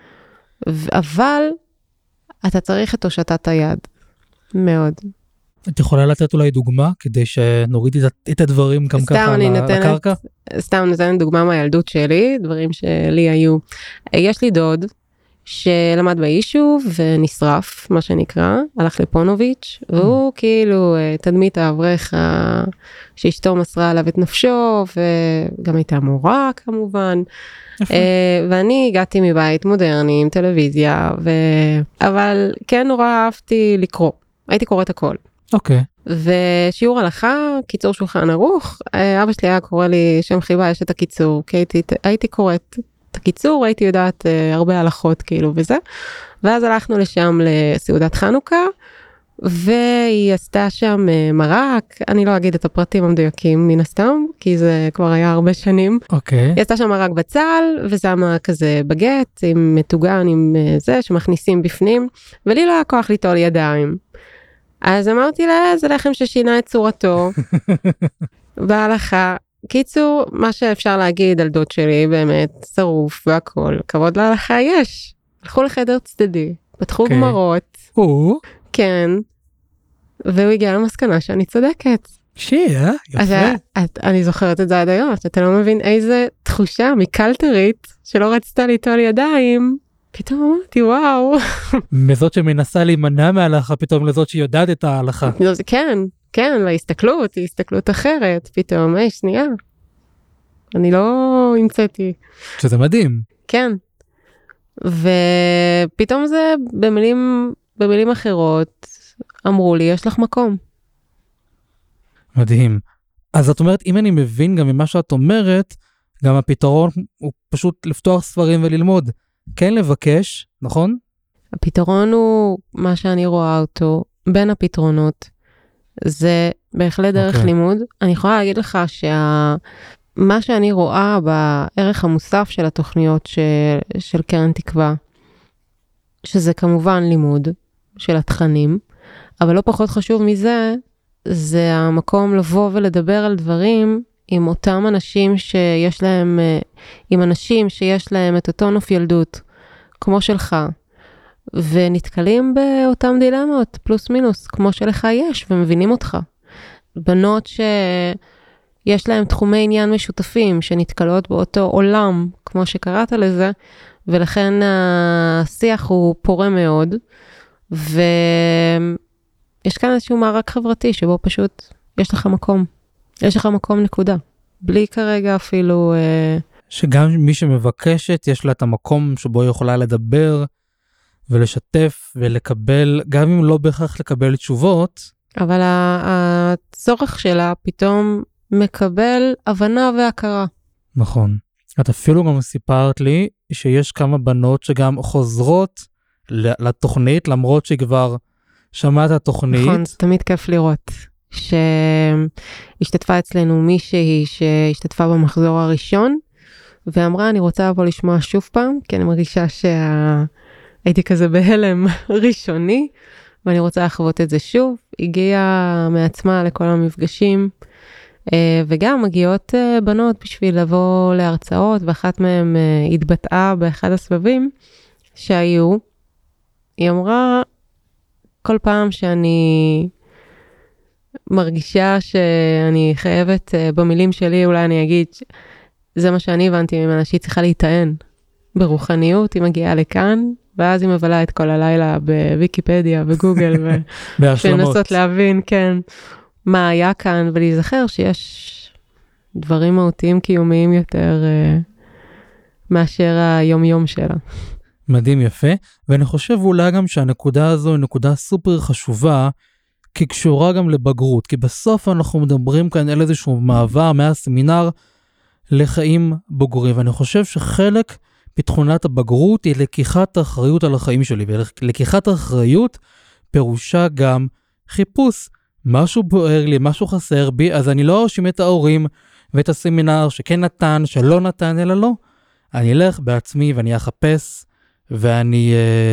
אבל אתה צריך את הושטת היד. מאוד. את יכולה לתת אולי דוגמה, כדי שנוריד את הדברים גם ככה על הקרקע? סתם נותנת דוגמה מהילדות שלי, דברים שלי היו. יש לי דוד, שלמד ביישוב ונשרף, מה שנקרא, הלך לפונוביץ', והוא כאילו תדמית האברך שאשתו מסרה עליו את נפשו, וגם הייתה מורה כמובן. ואני הגעתי מבית מודרני עם טלוויזיה, אבל כן נורא אהבתי לקרוא. הייתי קוראת הכל. אוקיי. ושיעור הלכה, קיצור שולחן ערוך, אבא שלי היה קורא לי שם חיבה, יש את הקיצור, כי הייתי קוראת את הקיצור, הייתי יודעת הרבה הלכות כאילו וזה, ואז הלכנו לשם לסעודת חנוכה, והיא עשתה שם מרק, אני לא אגיד את הפרטים המדויקים מן הסתם, כי זה כבר היה הרבה שנים. אוקיי. היא עשתה שם מרק בצל, ושמה כזה בגט, עם מטוגן, עם זה, שמכניסים בפנים, ולי לא היה כוח ליטול ידיים. אז אמרתי לה, זה לחם ששינה את צורתו, בהלכה. קיצור, מה שאפשר להגיד על דוד שלי, באמת, שרוף והכל, כבוד להלכה יש. הלכו לחדר צדדי, פתחו גמרות. כן. והוא הגיע למסקנה שאני צודקת. יפה. אני זוכרת את זה עד היום, אתה לא מבין איזה תחושה מקלטרית, שלא רצתה ליטול ידיים, פתאום אמרתי, וואו. מזאת שמנסה להימנע מההלכה, פתאום לזאת שיודעת את ההלכה. כן, וההסתכלות, היא הסתכלות אחרת, פתאום, שנייה. אני לא המצאתי. שזה מדהים. כן. ופתאום זה במילים אחרות, אמרו לי, יש לך מקום. מדהים. אז את אומרת, אם אני מבין גם ממה שאת אומרת, גם הפתרון הוא פשוט לפתוח ספרים וללמוד. כן לבקש, נכון? הפתרון הוא מה שאני רואה אותו, בין הפתרונות, זה בהחלט דרך לימוד. אני יכולה להגיד לך מה שאני רואה בערך המוסף של התוכניות של קרן תקווה, שזה כמובן לימוד של התכנים, אבל לא פחות חשוב מזה, זה המקום לבוא ולדבר על דברים עם אותם אנשים שיש להם, עם אנשים שיש להם את אותו נוף ילדות, כמו שלך, ונתקלים באותם דילמות, פלוס מינוס, כמו שלך יש, ומבינים אותך. בנות שיש להם תחומי עניין משותפים, שנתקלות באותו עולם, כמו שקראת לזה, ולכן השיח הוא פורה מאוד, ויש כאן איזשהו מארג חברתי שבו פשוט יש לך מקום. יש לך מקום נקודה. בלי כרגע אפילו... שגם מי שמבקשת, יש לה את המקום שבו היא יכולה לדבר ולשתף ולקבל, גם אם לא בהכרח לקבל תשובות. אבל הצורך שלה פתאום מקבל הבנה והכרה. נכון. את אפילו גם סיפרת לי שיש כמה בנות שגם חוזרות לתוכנית, למרות שכבר שמעת התוכנית. נכון, תמיד כיף לראות. שהשתתפה אצלנו מישהי שהשתתפה במחזור הראשון, ואמרה, אני רוצה לבוא לשמוע שוב פעם, כי אני מרגישה שהייתי כזה בהלם ראשוני, ואני רוצה לחוות את זה שוב. הגיעה מעצמה לכל המפגשים, וגם מגיעות בנות בשביל לבוא להרצאות, ואחת מהן התבטאה באחד הסבבים שהיו. היא אמרה, כל פעם שאני מרגישה שאני חייבת במילים שלי, אולי אני אגיד, זה מה שאני הבנתי ממנה, שהיא צריכה להיטען ברוחניות, היא מגיעה לכאן, ואז היא מבלה את כל הלילה בוויקיפדיה וגוגל, ולנסות להבין, כן, מה היה כאן, ולהיזכר שיש דברים מהותיים קיומיים יותר מאשר היום-יום שלה. מדהים, יפה, ואני חושב אולי גם שהנקודה הזו היא נקודה סופר חשובה, כי קשורה גם לבגרות, כי בסוף אנחנו מדברים כאן על איזשהו מעבר מהסמינר לחיים בוגרים, ואני חושב שחלק בתכונת הבגרות היא לקיחת האחריות על החיים שלי, ולקיחת האחריות פירושה גם חיפוש, משהו בוער לי, משהו חסר בי, אז אני לא אשים את ההורים ואת הסמינר שכן נתן, שלא נתן, אלא לא. אני אלך בעצמי ואני אחפש, ואני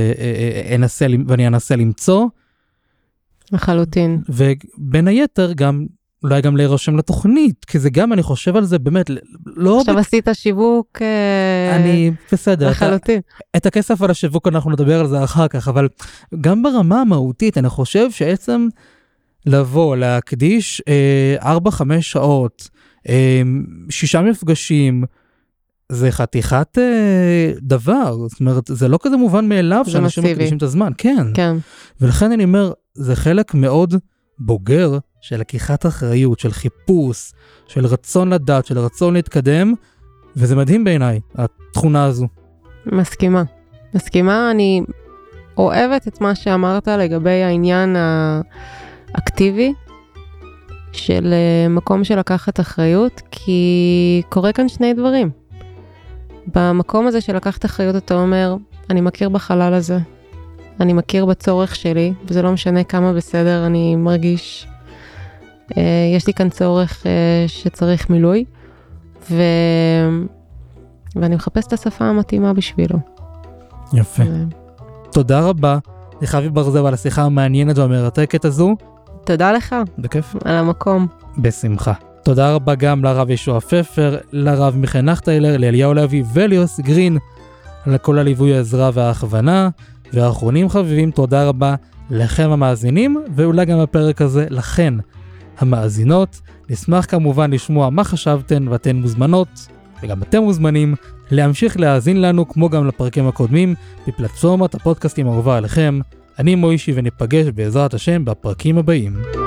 אנסה למצוא. לחלוטין. ובין היתר גם, אולי גם להירשם לתוכנית, כי זה גם, אני חושב על זה באמת, לא... עכשיו עשית שיווק... אני, בסדר. לחלוטין. את הכסף על השיווק אנחנו נדבר על זה אחר כך, אבל גם ברמה המהותית, אני חושב שעצם לבוא, להקדיש 4-5 שעות, 6 מפגשים, זה חתיכת דבר, זאת אומרת, זה לא כזה מובן מאליו שאנשים מקדישים את הזמן, כן. כן. ולכן אני אומר, זה חלק מאוד בוגר של לקיחת אחריות, של חיפוש, של רצון לדעת, של רצון להתקדם, וזה מדהים בעיניי, התכונה הזו. מסכימה, אני אוהבת את מה שאמרת לגבי העניין האקטיבי, של מקום של לקחת אחריות, כי קורה כאן שני דברים. במקום הזה של לקחת אחריות אתה אומר, אני מכיר בחלל הזה, אני מכיר בצורך שלי, וזה לא משנה כמה בסדר אני מרגיש, יש לי כאן צורך שצריך מילוי, ואני מחפש את השפה המתאימה בשבילו. יפה. תודה רבה לחבי ברזל על השיחה המעניינת והמרתקת הזו. תודה לך. בכיף. על המקום. בשמחה. תודה רבה גם לרב ישוע פפר, לרב מיכאל נחטיילר, לאליהו לוי וליוס גרין, על כל הליווי, העזרה וההכוונה. ואחרונים חביבים, תודה רבה לכם המאזינים, ואולי גם בפרק הזה לכן המאזינות. נשמח כמובן לשמוע מה חשבתן, ואתן מוזמנות, וגם אתם מוזמנים, להמשיך להאזין לנו כמו גם לפרקים הקודמים, בפלטפורמת הפודקאסטים האהובה עליכם. אני מוישי וניפגש בעזרת השם בפרקים הבאים.